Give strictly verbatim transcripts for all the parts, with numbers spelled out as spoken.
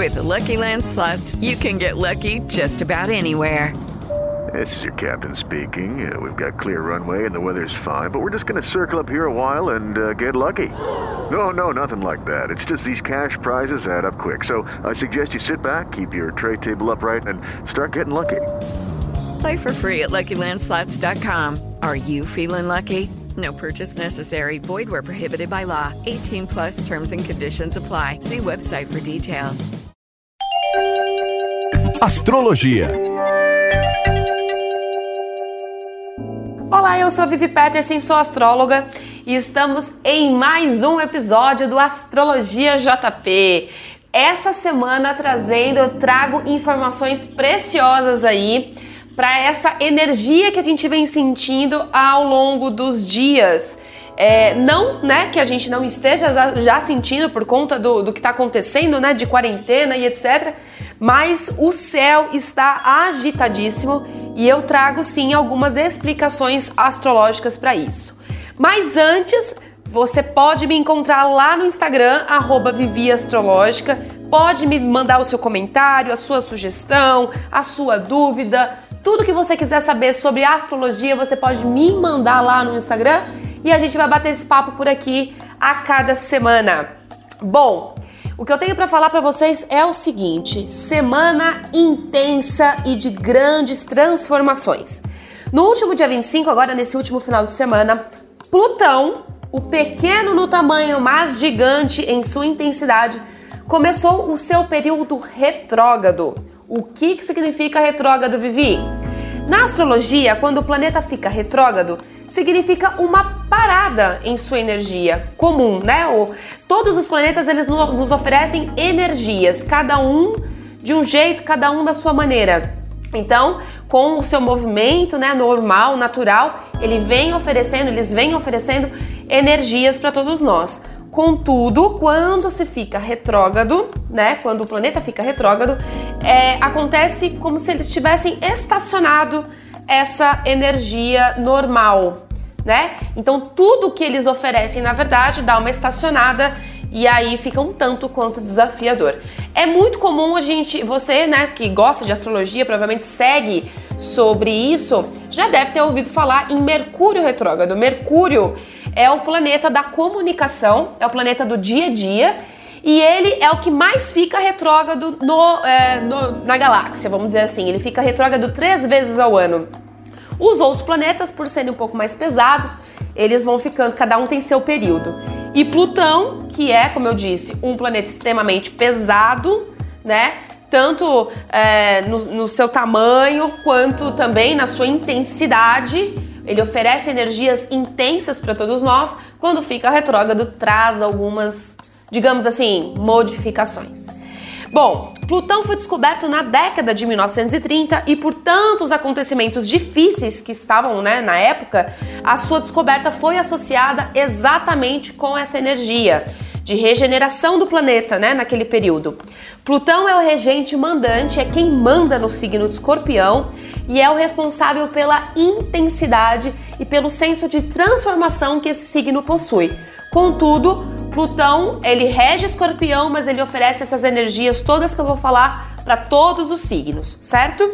With the Lucky Land Slots, you can get lucky just about anywhere. This is your captain speaking. Uh, we've got clear runway and the weather's fine, but we're just going to circle up here a while and uh, get lucky. No, no, nothing like that. It's just these cash prizes add up quick. So I suggest you sit back, keep your tray table upright, and start getting lucky. Play for free at Lucky Land Slots dot com. Are you feeling lucky? No purchase necessary. Void where prohibited by law. eighteen plus terms and conditions apply. See website for details. Astrologia. Olá, eu sou a Vivi Peterson, sou astróloga e estamos em mais um episódio do Astrologia J P. Essa semana trazendo, eu trago informações preciosas aí para essa energia que a gente vem sentindo ao longo dos dias. É, não, né, que a gente não esteja já, já sentindo por conta do, do que está acontecendo, né, de quarentena e etcétera. Mas o céu está agitadíssimo e eu trago sim algumas explicações astrológicas para isso. Mas antes, você pode me encontrar lá no Instagram, arroba Vivi Astrológica, pode me mandar o seu comentário, a sua sugestão, a sua dúvida, tudo que você quiser saber sobre astrologia, você pode me mandar lá no Instagram e a gente vai bater esse papo por aqui a cada semana. Bom, o que eu tenho para falar para vocês é o seguinte: semana intensa e de grandes transformações. No último dia vinte e cinco, agora nesse último final de semana, Plutão, o pequeno no tamanho, mas gigante em sua intensidade, começou o seu período retrógrado. O que, que significa retrógrado, Vivi? Na astrologia, quando o planeta fica retrógrado, significa uma parada em sua energia comum, né? O, todos os planetas, eles nos oferecem energias, cada um de um jeito, cada um da sua maneira. Então, com o seu movimento, né, normal, natural, ele vem oferecendo, eles vêm oferecendo energias para todos nós. Contudo, quando se fica retrógrado, né, quando o planeta fica retrógrado, é, acontece como se eles tivessem estacionado essa energia normal, né? Então, tudo que eles oferecem, na verdade, dá uma estacionada e aí fica um tanto quanto desafiador. É muito comum a gente, você, né, que gosta de astrologia, provavelmente segue sobre isso, já deve ter ouvido falar em Mercúrio retrógrado. Mercúrio é o planeta da comunicação, é o planeta do dia a dia e ele é o que mais fica retrógrado no, é, no, na galáxia, vamos dizer assim. Ele fica retrógrado três vezes ao ano. Os outros planetas, por serem um pouco mais pesados, eles vão ficando, cada um tem seu período. E Plutão, que é, como eu disse, um planeta extremamente pesado, né? Tanto é, no, no seu tamanho, quanto também na sua intensidade. Ele oferece energias intensas para todos nós. Quando fica retrógrado, traz algumas, digamos assim, modificações. Bom, Plutão foi descoberto na década de mil novecentos e trinta e por tantos acontecimentos difíceis que estavam, né, na época, a sua descoberta foi associada exatamente com essa energia de regeneração do planeta, né, naquele período. Plutão é o regente mandante, é quem manda no signo de Escorpião e é o responsável pela intensidade e pelo senso de transformação que esse signo possui. Contudo, Plutão, ele rege Escorpião, mas ele oferece essas energias todas que eu vou falar para todos os signos, certo?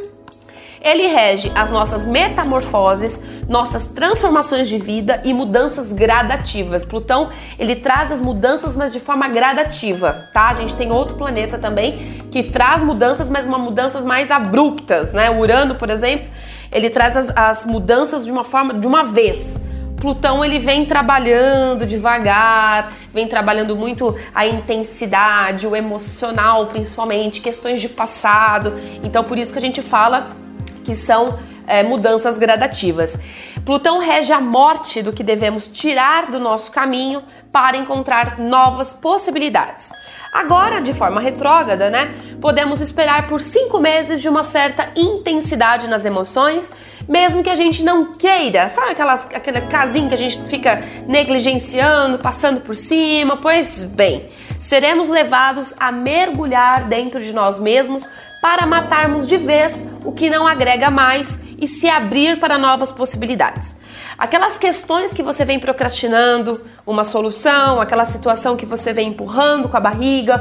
Ele rege as nossas metamorfoses, nossas transformações de vida e mudanças gradativas. Plutão, ele traz as mudanças, mas de forma gradativa, tá? A gente tem outro planeta também que traz mudanças, mas uma mudanças mais abruptas, né? O Urano, por exemplo, ele traz as, as mudanças de uma forma, de uma vez. Plutão, ele vem trabalhando devagar, vem trabalhando muito a intensidade, o emocional, principalmente, questões de passado. Então, por isso que a gente fala que são é, mudanças gradativas. Plutão rege a morte do que devemos tirar do nosso caminho para encontrar novas possibilidades. Agora, de forma retrógrada, né, podemos esperar por cinco meses de uma certa intensidade nas emoções, mesmo que a gente não queira. Sabe aquelas, aquele casinho que a gente fica negligenciando, passando por cima? Pois bem, seremos levados a mergulhar dentro de nós mesmos para matarmos de vez o que não agrega mais e se abrir para novas possibilidades. Aquelas questões que você vem procrastinando uma solução, aquela situação que você vem empurrando com a barriga,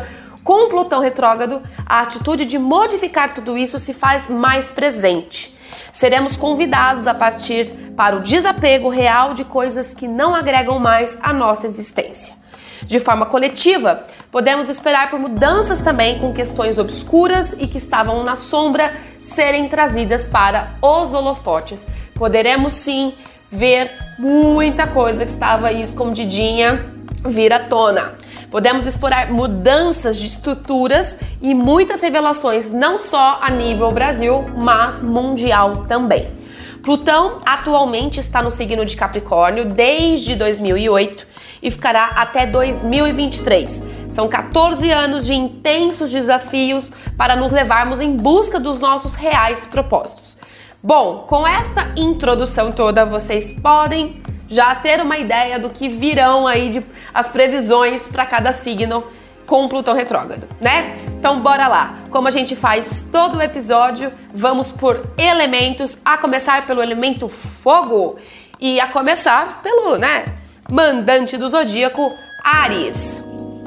Com Plutão retrógrado, a atitude de modificar tudo isso se faz mais presente. Seremos convidados a partir para o desapego real de coisas que não agregam mais à nossa existência. De forma coletiva, podemos esperar por mudanças também com questões obscuras e que estavam na sombra serem trazidas para os holofotes. Poderemos sim ver muita coisa que estava aí escondidinha vir à tona. Podemos explorar mudanças de estruturas e muitas revelações, não só a nível Brasil, mas mundial também. Plutão atualmente está no signo de Capricórnio desde dois mil e oito e ficará até dois mil e vinte e três. São quatorze anos de intensos desafios para nos levarmos em busca dos nossos reais propósitos. Bom, com esta introdução toda, vocês podem já ter uma ideia do que virão aí de as previsões para cada signo com Plutão retrógrado, né? Então bora lá. Como a gente faz todo o episódio, vamos por elementos, a começar pelo elemento fogo e a começar pelo, né, mandante do zodíaco, Áries.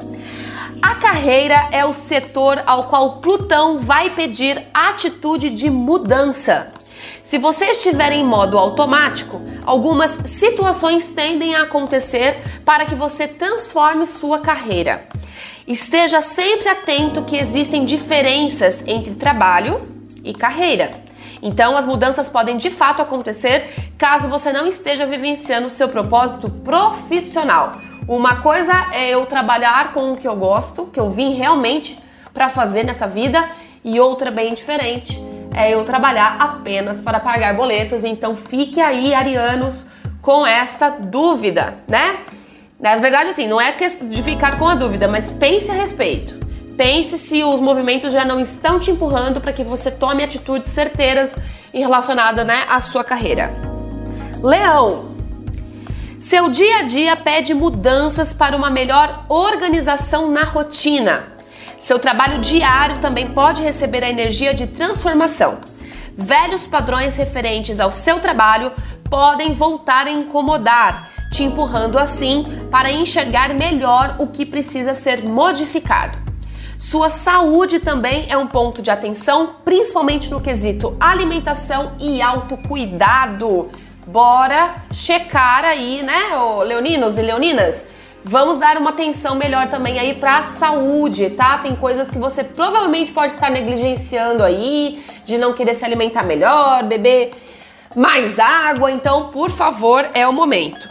A carreira é o setor ao qual Plutão vai pedir atitude de mudança. Se você estiver em modo automático, algumas situações tendem a acontecer para que você transforme sua carreira. Esteja sempre atento que existem diferenças entre trabalho e carreira. Então, as mudanças podem de fato acontecer caso você não esteja vivenciando o seu propósito profissional. Uma coisa é eu trabalhar com o que eu gosto, que eu vim realmente para fazer nessa vida, e outra bem diferente é eu trabalhar apenas para pagar boletos. Então fique aí, arianos, com esta dúvida, né? Na verdade, assim, não é questão de ficar com a dúvida, mas pense a respeito. Pense se os movimentos já não estão te empurrando para que você tome atitudes certeiras em relacionada, né, à sua carreira. Leão. Seu dia a dia pede mudanças para uma melhor organização na rotina. Seu trabalho diário também pode receber a energia de transformação. Velhos padrões referentes ao seu trabalho podem voltar a incomodar, te empurrando assim para enxergar melhor o que precisa ser modificado. Sua saúde também é um ponto de atenção, principalmente no quesito alimentação e autocuidado. Bora checar aí, né, ô leoninos e leoninas? Vamos dar uma atenção melhor também aí para a saúde, tá? Tem coisas que você provavelmente pode estar negligenciando aí, de não querer se alimentar melhor, beber mais água, então, por favor, é o momento.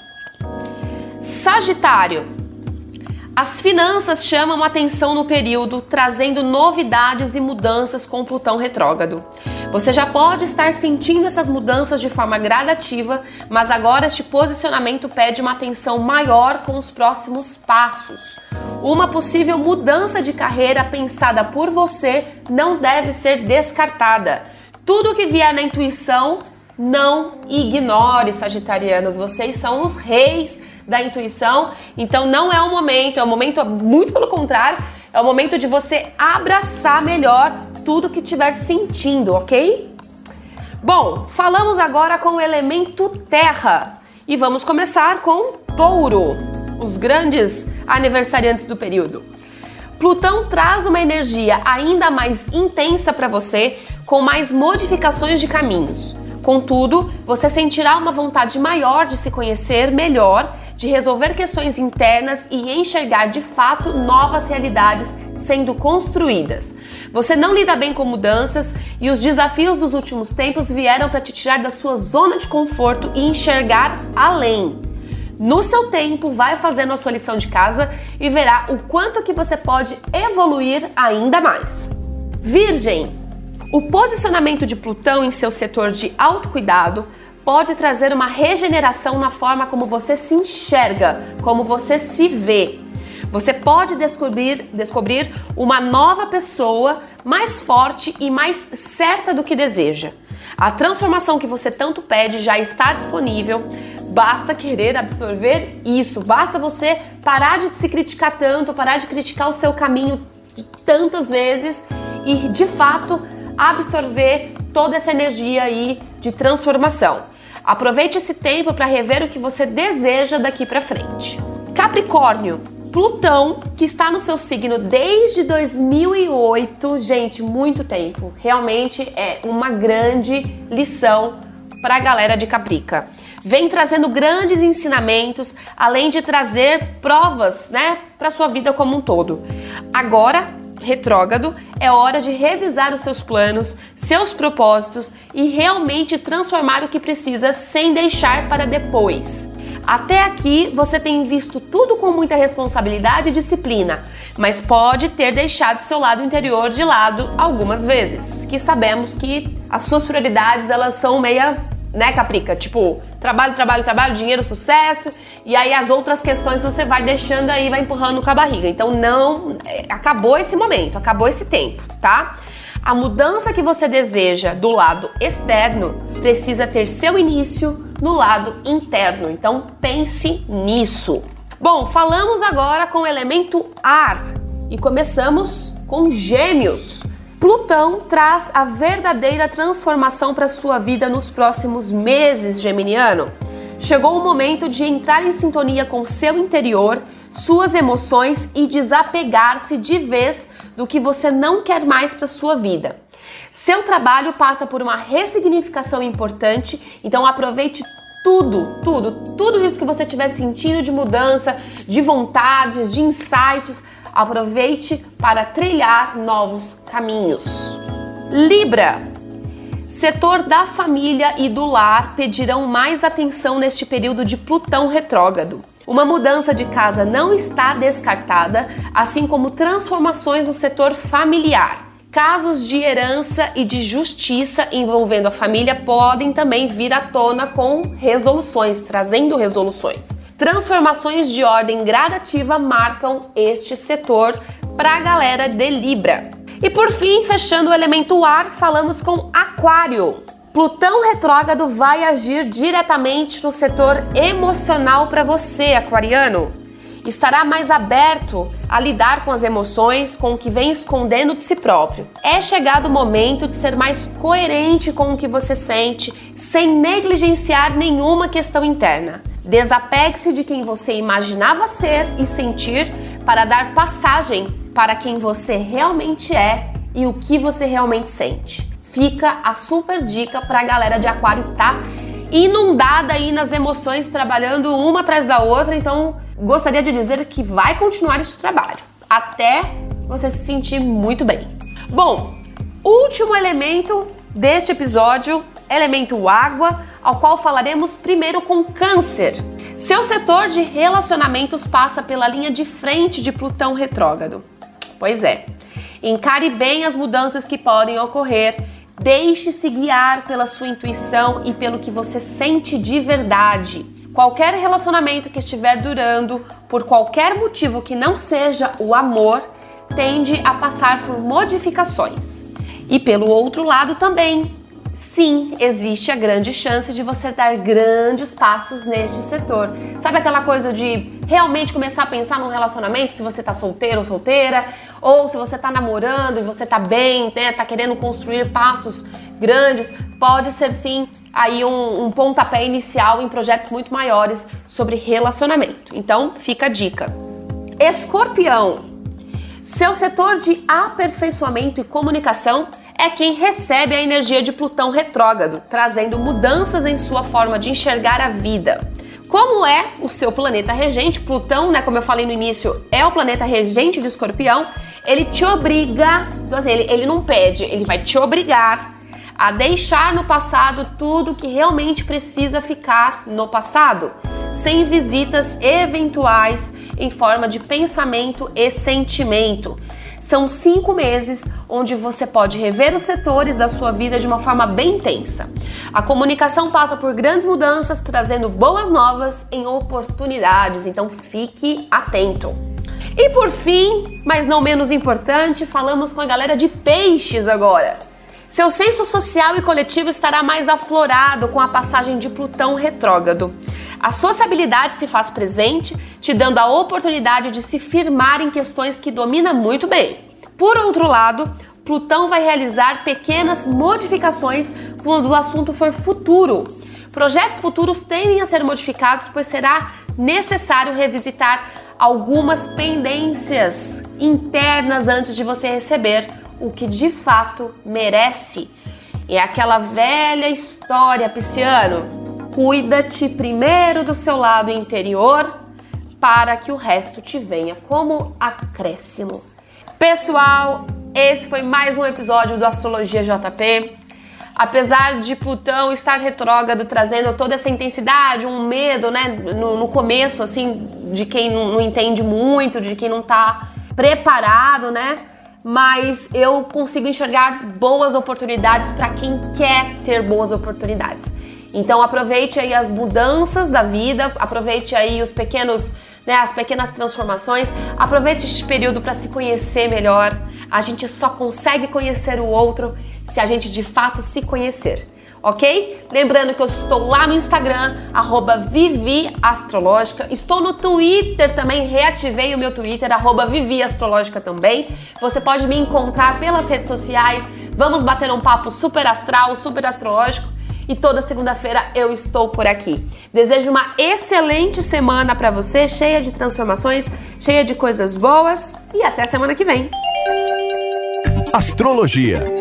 Sagitário. As finanças chamam a atenção no período, trazendo novidades e mudanças com Plutão retrógrado. Você já pode estar sentindo essas mudanças de forma gradativa, mas agora este posicionamento pede uma atenção maior com os próximos passos. Uma possível mudança de carreira pensada por você não deve ser descartada. Tudo que vier na intuição, não ignore, sagitarianos. Vocês são os reis da intuição, então não é o momento, é o momento, muito pelo contrário, é o momento de você abraçar melhor tudo que estiver sentindo, ok? Bom, falamos agora com o elemento terra e vamos começar com Touro, os grandes aniversariantes do período. Plutão traz uma energia ainda mais intensa para você, com mais modificações de caminhos. Contudo, você sentirá uma vontade maior de se conhecer melhor, de resolver questões internas e enxergar de fato novas realidades sendo construídas. Você não lida bem com mudanças e os desafios dos últimos tempos vieram para te tirar da sua zona de conforto e enxergar além. No seu tempo, vai fazendo a sua lição de casa e verá o quanto que você pode evoluir ainda mais. Virgem. O posicionamento de Plutão em seu setor de autocuidado pode trazer uma regeneração na forma como você se enxerga, como você se vê. Você pode descobrir, descobrir uma nova pessoa mais forte e mais certa do que deseja. A transformação que você tanto pede já está disponível, basta querer absorver isso, basta você parar de se criticar tanto, parar de criticar o seu caminho tantas vezes e, de fato, absorver toda essa energia aí de transformação. Aproveite esse tempo para rever o que você deseja daqui para frente. Capricórnio. Plutão, que está no seu signo desde dois mil e oito, gente, muito tempo. Realmente é uma grande lição para a galera de Caprica. Vem trazendo grandes ensinamentos, além de trazer provas, né, para sua vida como um todo. Agora, retrógrado, é hora de revisar os seus planos, seus propósitos e realmente transformar o que precisa sem deixar para depois. Até aqui você tem visto tudo com muita responsabilidade e disciplina, mas pode ter deixado seu lado interior de lado algumas vezes, que sabemos que as suas prioridades elas são meia, né, Caprica? Tipo, trabalho, trabalho, trabalho, dinheiro, sucesso, e aí as outras questões você vai deixando aí, vai empurrando com a barriga. Então não, acabou esse momento, acabou esse tempo, tá? A mudança que você deseja do lado externo precisa ter seu início no lado interno, então pense nisso. Bom, falamos agora com o elemento ar e começamos com Gêmeos. Plutão traz a verdadeira transformação para sua vida nos próximos meses, geminiano. Chegou o momento de entrar em sintonia com seu interior, suas emoções e desapegar-se de vez do que você não quer mais para sua vida. Seu trabalho passa por uma ressignificação importante, então aproveite tudo, tudo, tudo isso que você estiver sentindo de mudança, de vontades, de insights, aproveite para trilhar novos caminhos. Libra. Setor da família e do lar pedirão mais atenção neste período de Plutão retrógrado. Uma mudança de casa não está descartada, assim como transformações no setor familiar. Casos de herança e de justiça envolvendo a família podem também vir à tona com resoluções, trazendo resoluções. Transformações de ordem gradativa marcam este setor para a galera de Libra. E por fim, fechando o elemento ar, falamos com Aquário. Plutão retrógrado vai agir diretamente no setor emocional para você, aquariano. Estará mais aberto a lidar com as emoções, com o que vem escondendo de si próprio. É chegado o momento de ser mais coerente com o que você sente, sem negligenciar nenhuma questão interna. Desapegue-se de quem você imaginava ser e sentir para dar passagem para quem você realmente é e o que você realmente sente. Fica a super dica para a galera de Aquário que tá inundada aí nas emoções, trabalhando uma atrás da outra, então gostaria de dizer que vai continuar esse trabalho, até você se sentir muito bem. Bom, último elemento deste episódio, elemento água, ao qual falaremos primeiro com Câncer. Seu setor de relacionamentos passa pela linha de frente de Plutão retrógrado. Pois é, encare bem as mudanças que podem ocorrer. Deixe-se guiar pela sua intuição e pelo que você sente de verdade. Qualquer relacionamento que estiver durando, por qualquer motivo que não seja o amor, tende a passar por modificações. E pelo outro lado também, sim, existe a grande chance de você dar grandes passos neste setor. Sabe aquela coisa de realmente começar a pensar num relacionamento, se você tá solteiro ou solteira, ou se você tá namorando e você tá bem, né, tá querendo construir passos grandes, pode ser sim aí um, um pontapé inicial em projetos muito maiores sobre relacionamento. Então, fica a dica. Escorpião. Seu setor de aperfeiçoamento e comunicação é quem recebe a energia de Plutão retrógrado, trazendo mudanças em sua forma de enxergar a vida. Como é o seu planeta regente, Plutão, né, como eu falei no início, é o planeta regente de Escorpião, ele te obriga, então assim, ele, ele não pede, ele vai te obrigar a deixar no passado tudo que realmente precisa ficar no passado, sem visitas eventuais em forma de pensamento e sentimento. São cinco meses onde você pode rever os setores da sua vida de uma forma bem intensa. A comunicação passa por grandes mudanças, trazendo boas novas em oportunidades, então fique atento. E por fim, mas não menos importante, falamos com a galera de Peixes agora. Seu senso social e coletivo estará mais aflorado com a passagem de Plutão retrógrado. A sociabilidade se faz presente, te dando a oportunidade de se firmar em questões que domina muito bem. Por outro lado, Plutão vai realizar pequenas modificações quando o assunto for futuro. Projetos futuros tendem a ser modificados, pois será necessário revisitar algumas pendências internas antes de você receber o que de fato merece. É aquela velha história, pisciano. Cuida-te primeiro do seu lado interior para que o resto te venha como acréscimo. Pessoal, esse foi mais um episódio do Astrologia J P. Apesar de Plutão estar retrógrado, trazendo toda essa intensidade, um medo, né, no, no começo, assim, de quem não, não entende muito, de quem não tá preparado, né, mas eu consigo enxergar boas oportunidades para quem quer ter boas oportunidades. Então aproveite aí as mudanças da vida, aproveite aí os pequenos, né, as pequenas transformações, aproveite este período para se conhecer melhor. A gente só consegue conhecer o outro se a gente de fato se conhecer, ok? Lembrando que eu estou lá no Instagram, arroba Vivi Astrológica. Estou no Twitter também, reativei o meu Twitter, arroba Vivi Astrológica também. Você pode me encontrar pelas redes sociais. Vamos bater um papo super astral, super astrológico. E toda segunda-feira eu estou por aqui. Desejo uma excelente semana para você, cheia de transformações, cheia de coisas boas. E até semana que vem. Astrologia.